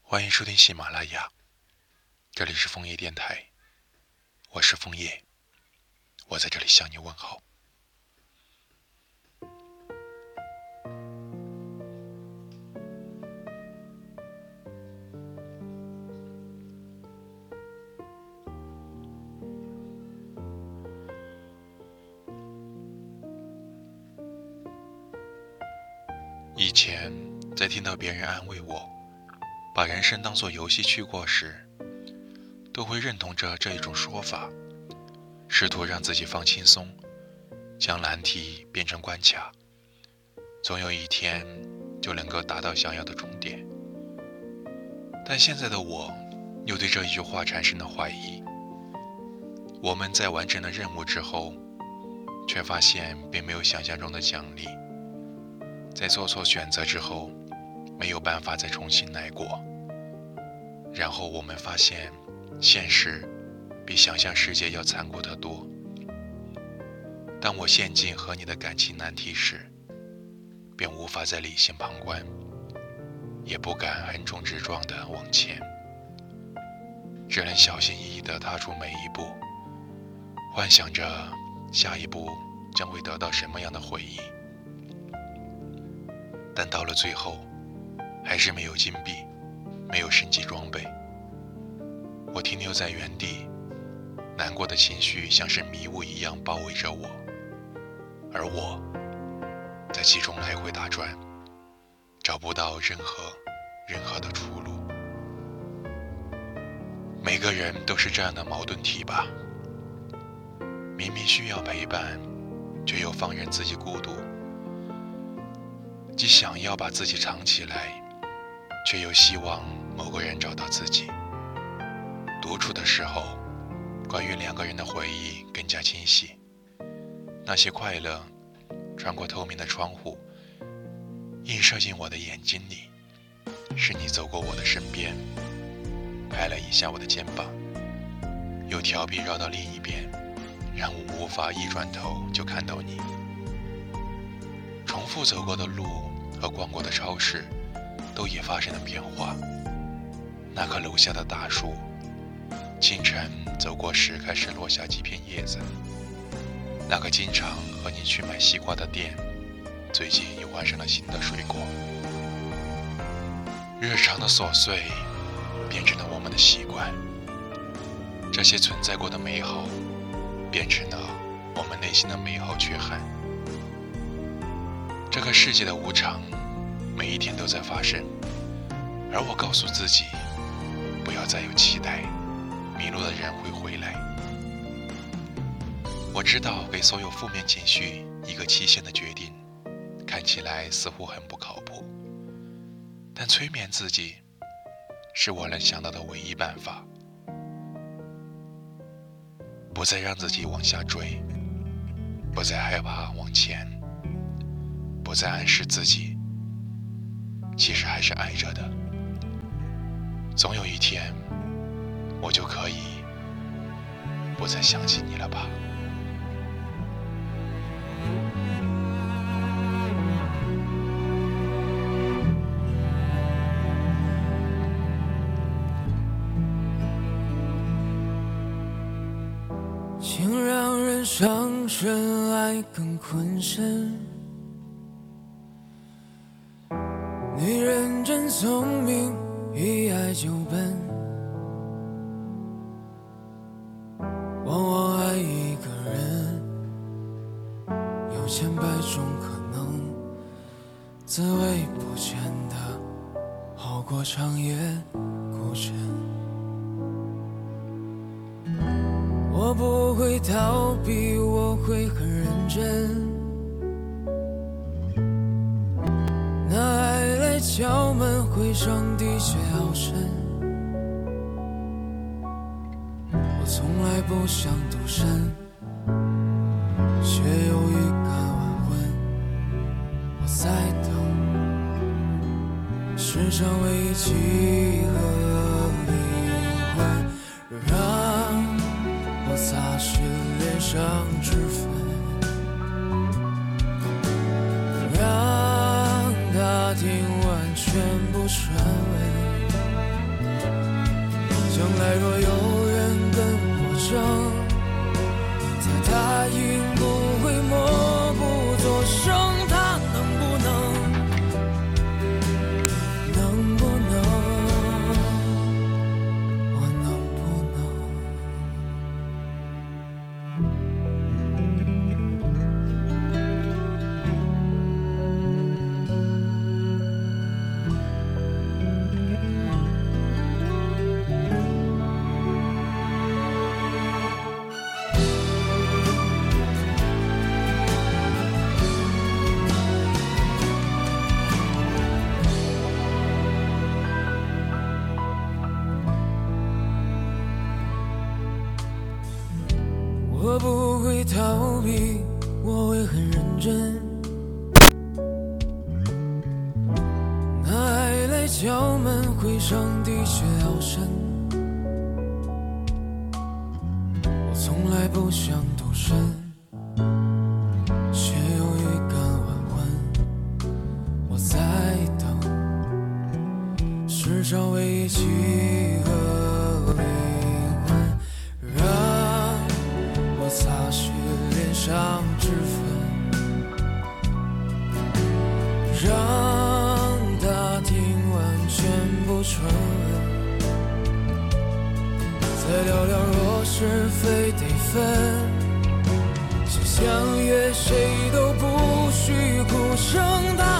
欢迎收听喜马拉雅，这里是枫叶电台，我是枫叶，我在这里向你问好。以前在听到别人安慰我，把人生当作游戏去过时，都会认同着这一种说法，试图让自己放轻松，将难题变成关卡，总有一天就能够达到想要的终点。但现在的我又对这一句话产生了怀疑。我们在完成了任务之后，却发现并没有想象中的奖励，在做错选择之后，没有办法再重新来过。然后我们发现现实比想象世界要残酷得多。当我陷进和你的感情难题时，便无法再理性旁观，也不敢横冲直撞地往前，只能小心翼翼地踏出每一步，幻想着下一步将会得到什么样的回忆。但到了最后，还是没有金币，没有升级装备。我停留在原地，难过的情绪像是迷雾一样包围着我，而我在其中来回打转，找不到任何的出路。每个人都是这样的矛盾体吧，明明需要陪伴，却又放任自己孤独，既想要把自己藏起来，却又希望某个人找到自己。独处的时候，关于两个人的回忆更加清晰。那些快乐穿过透明的窗户，映射进我的眼睛里，是你走过我的身边，拍了一下我的肩膀，又调皮绕到另一边，让我无法一转头就看到你。重复走过的路和逛过的超市都也发生了变化。那棵楼下的大树，清晨走过时开始落下几片叶子。那个经常和你去买西瓜的店，最近又换上了新的水果。日常的琐碎变成了我们的习惯，这些存在过的美好变成了我们内心的美好缺憾。这个世界的无常每一天都在发生，而我告诉自己不要再有期待，迷路的人会回来。我知道给所有负面情绪一个期限的决定看起来似乎很不靠谱，但催眠自己是我能想到的唯一办法。不再让自己往下坠，不再害怕往前，不再暗示自己其实还是爱着的。总有一天我就可以不再想起你了吧。 情让人伤身，爱更困身。女人真聪明，一爱就笨，往往爱一个人，有千百种可能，滋味不见得好过长夜孤枕。我不会逃避，我会很认真。那爱来敲门，会上帝却好深。我从来不想独身，却有预感晚婚。我在等世上危机和离婚，让我擦拭脸上脂粉，让他听完全部传闻。 我不会逃避，我会很认真。那爱来敲门，回声的确好深。我从来不想独身，却有预感晚婚。我在等，时常为遗弃和灵魂，让我擦拭脸上脂粉，让他听完全部纯，再聊聊若是非得分，先相约谁都不许哭声大